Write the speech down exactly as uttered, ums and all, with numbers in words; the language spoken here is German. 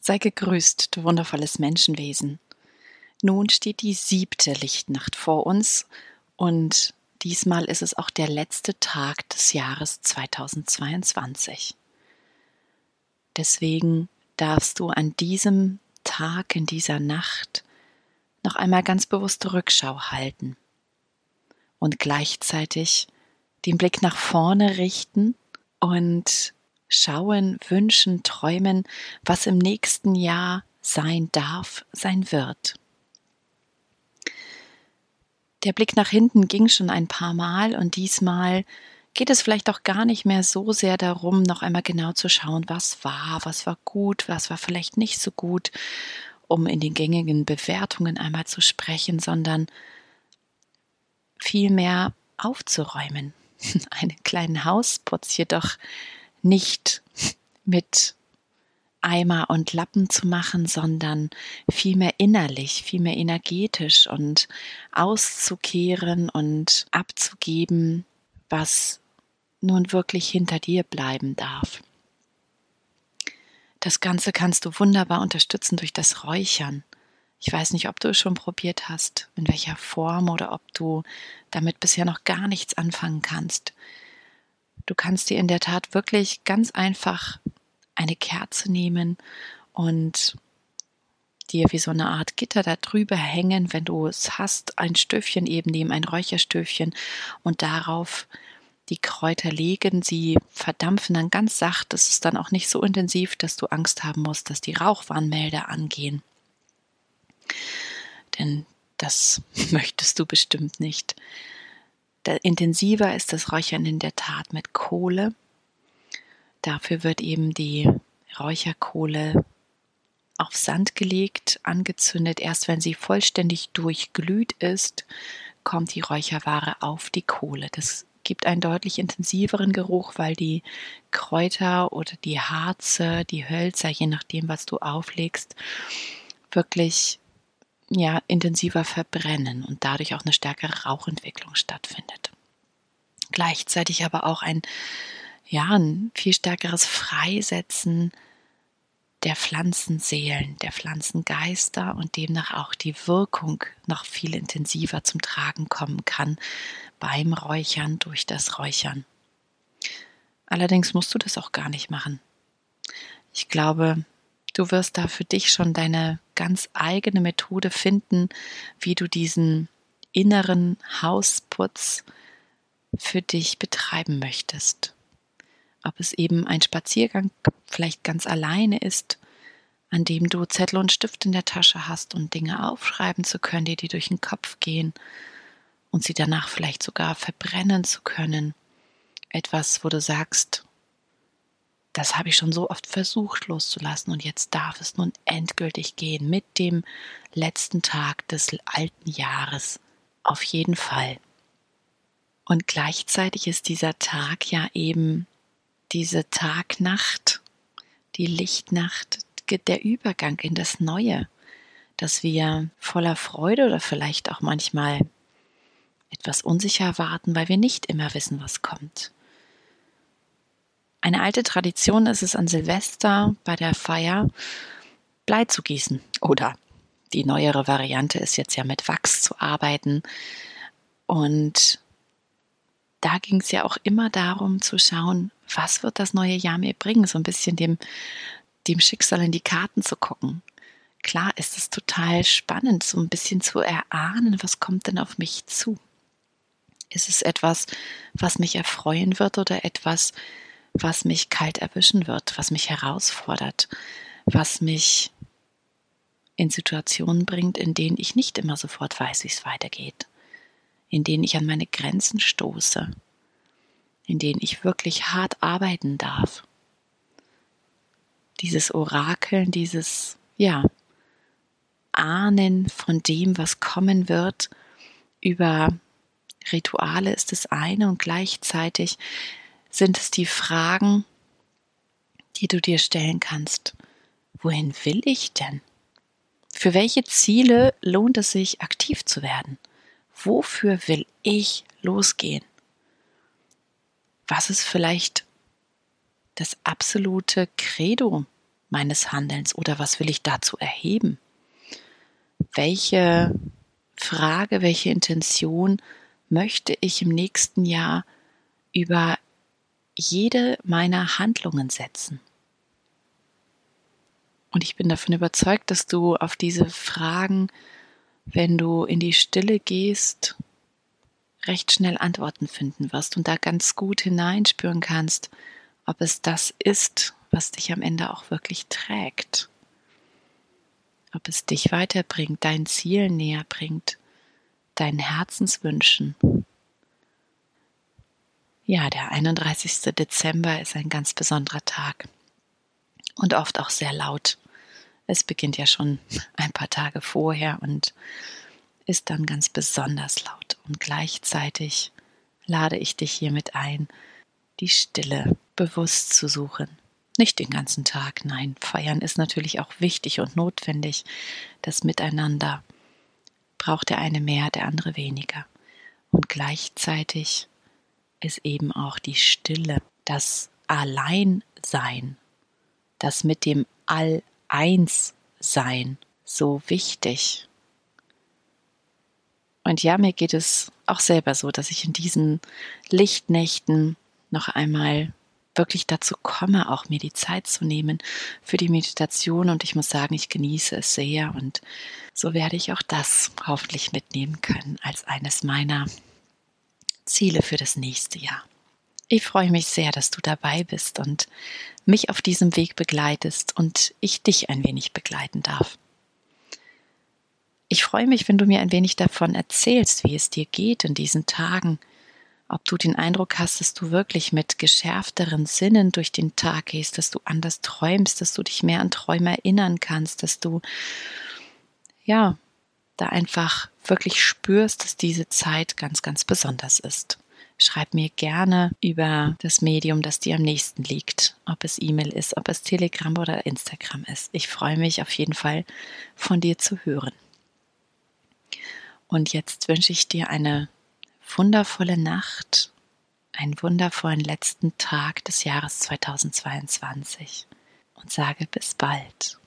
Sei gegrüßt, du wundervolles Menschenwesen. Nun steht die siebte Lichtnacht vor uns und diesmal ist es auch der letzte Tag des Jahres zweitausendzweiundzwanzig. Deswegen darfst du an diesem Tag, in dieser Nacht, noch einmal ganz bewusste Rückschau halten und gleichzeitig den Blick nach vorne richten und schauen, wünschen, träumen, was im nächsten Jahr sein darf, sein wird. Der Blick nach hinten ging schon ein paar Mal und diesmal geht es vielleicht auch gar nicht mehr so sehr darum, noch einmal genau zu schauen, was war, was war gut, was war vielleicht nicht so gut, um in den gängigen Bewertungen einmal zu sprechen, sondern vielmehr aufzuräumen. Einen kleinen Hausputz jedoch nicht mit Eimer und Lappen zu machen, sondern vielmehr innerlich, vielmehr energetisch und auszukehren und abzugeben, was nun wirklich hinter dir bleiben darf. Das Ganze kannst du wunderbar unterstützen durch das Räuchern. Ich weiß nicht, ob du es schon probiert hast, in welcher Form oder ob du damit bisher noch gar nichts anfangen kannst. Du kannst dir in der Tat wirklich ganz einfach eine Kerze nehmen und dir wie so eine Art Gitter da drüber hängen, wenn du es hast, ein Stöfchen eben nehmen, ein Räucherstöfchen und darauf die Kräuter legen. Sie verdampfen dann ganz sacht. Das ist dann auch nicht so intensiv, dass du Angst haben musst, dass die Rauchwarnmelder angehen. Denn das möchtest du bestimmt nicht. Der intensiver ist das Räuchern in der Tat mit Kohle. Dafür wird eben die Räucherkohle auf Sand gelegt, angezündet. Erst wenn sie vollständig durchglüht ist, kommt die Räucherware auf die Kohle. Das gibt einen deutlich intensiveren Geruch, weil die Kräuter oder die Harze, die Hölzer, je nachdem, was du auflegst, wirklich ja, intensiver verbrennen und dadurch auch eine stärkere Rauchentwicklung stattfindet. Gleichzeitig aber auch ein ja, ein viel stärkeres Freisetzen der Pflanzenseelen, der Pflanzengeister und demnach auch die Wirkung noch viel intensiver zum Tragen kommen kann beim Räuchern, durch das Räuchern. Allerdings musst du das auch gar nicht machen. Ich glaube, du wirst da für dich schon deine ganz eigene Methode finden, wie du diesen inneren Hausputz für dich betreiben möchtest. Ob es eben ein Spaziergang vielleicht ganz alleine ist, an dem du Zettel und Stift in der Tasche hast und Dinge aufschreiben zu können, die dir durch den Kopf gehen und sie danach vielleicht sogar verbrennen zu können. Etwas, wo du sagst, das habe ich schon so oft versucht loszulassen und jetzt darf es nun endgültig gehen mit dem letzten Tag des alten Jahres. Auf jeden Fall. Und gleichzeitig ist dieser Tag ja eben diese Tag-Nacht, die Lichtnacht, der Übergang in das Neue, dass wir voller Freude oder vielleicht auch manchmal etwas unsicher warten, weil wir nicht immer wissen, was kommt. Eine alte Tradition ist es an Silvester bei der Feier, Blei zu gießen. Oder die neuere Variante ist jetzt ja mit Wachs zu arbeiten. Und da ging es ja auch immer darum zu schauen, was wird das neue Jahr mir bringen, so ein bisschen dem, dem Schicksal in die Karten zu gucken. Klar ist es total spannend, so ein bisschen zu erahnen, was kommt denn auf mich zu. Ist es etwas, was mich erfreuen wird oder etwas, was mich kalt erwischen wird, was mich herausfordert, was mich in Situationen bringt, in denen ich nicht immer sofort weiß, wie es weitergeht, in denen ich an meine Grenzen stoße, in denen ich wirklich hart arbeiten darf. Dieses Orakeln, dieses, ja, Ahnen von dem, was kommen wird, über Rituale ist das eine und gleichzeitig sind es die Fragen, die du dir stellen kannst. Wohin will ich denn? Für welche Ziele lohnt es sich, aktiv zu werden? Wofür will ich losgehen? Was ist vielleicht das absolute Credo meines Handelns oder was will ich dazu erheben? Welche Frage, welche Intention möchte ich im nächsten Jahr über jede meiner Handlungen setzen? Und ich bin davon überzeugt, dass du auf diese Fragen, wenn du in die Stille gehst, recht schnell Antworten finden wirst und da ganz gut hineinspüren kannst, ob es das ist, was dich am Ende auch wirklich trägt. Ob es dich weiterbringt, dein Ziel näher bringt, deinen Herzenswünschen. Ja, der einunddreißigste Dezember ist ein ganz besonderer Tag und oft auch sehr laut. Es beginnt ja schon ein paar Tage vorher und ist dann ganz besonders laut. Und gleichzeitig lade ich dich hiermit ein, die Stille bewusst zu suchen. Nicht den ganzen Tag, nein, feiern ist natürlich auch wichtig und notwendig. Das Miteinander braucht der eine mehr, der andere weniger. Und gleichzeitig ist eben auch die Stille, das Alleinsein, das mit dem All-Eins-Sein so wichtig. Und ja, mir geht es auch selber so, dass ich in diesen Lichtnächten noch einmal wirklich dazu komme, auch mir die Zeit zu nehmen für die Meditation. Und ich muss sagen, ich genieße es sehr. Und so werde ich auch das hoffentlich mitnehmen können als eines meiner Ziele für das nächste Jahr. Ich freue mich sehr, dass du dabei bist und mich auf diesem Weg begleitest und ich dich ein wenig begleiten darf. Ich freue mich, wenn du mir ein wenig davon erzählst, wie es dir geht in diesen Tagen, ob du den Eindruck hast, dass du wirklich mit geschärfteren Sinnen durch den Tag gehst, dass du anders träumst, dass du dich mehr an Träume erinnern kannst, dass du ja da einfach wirklich spürst, dass diese Zeit ganz, ganz besonders ist. Schreib mir gerne über das Medium, das dir am nächsten liegt, ob es E-Mail ist, ob es Telegram oder Instagram ist. Ich freue mich auf jeden Fall, von dir zu hören. Und jetzt wünsche ich dir eine wundervolle Nacht, einen wundervollen letzten Tag des Jahres zweitausendzweiundzwanzig und sage bis bald.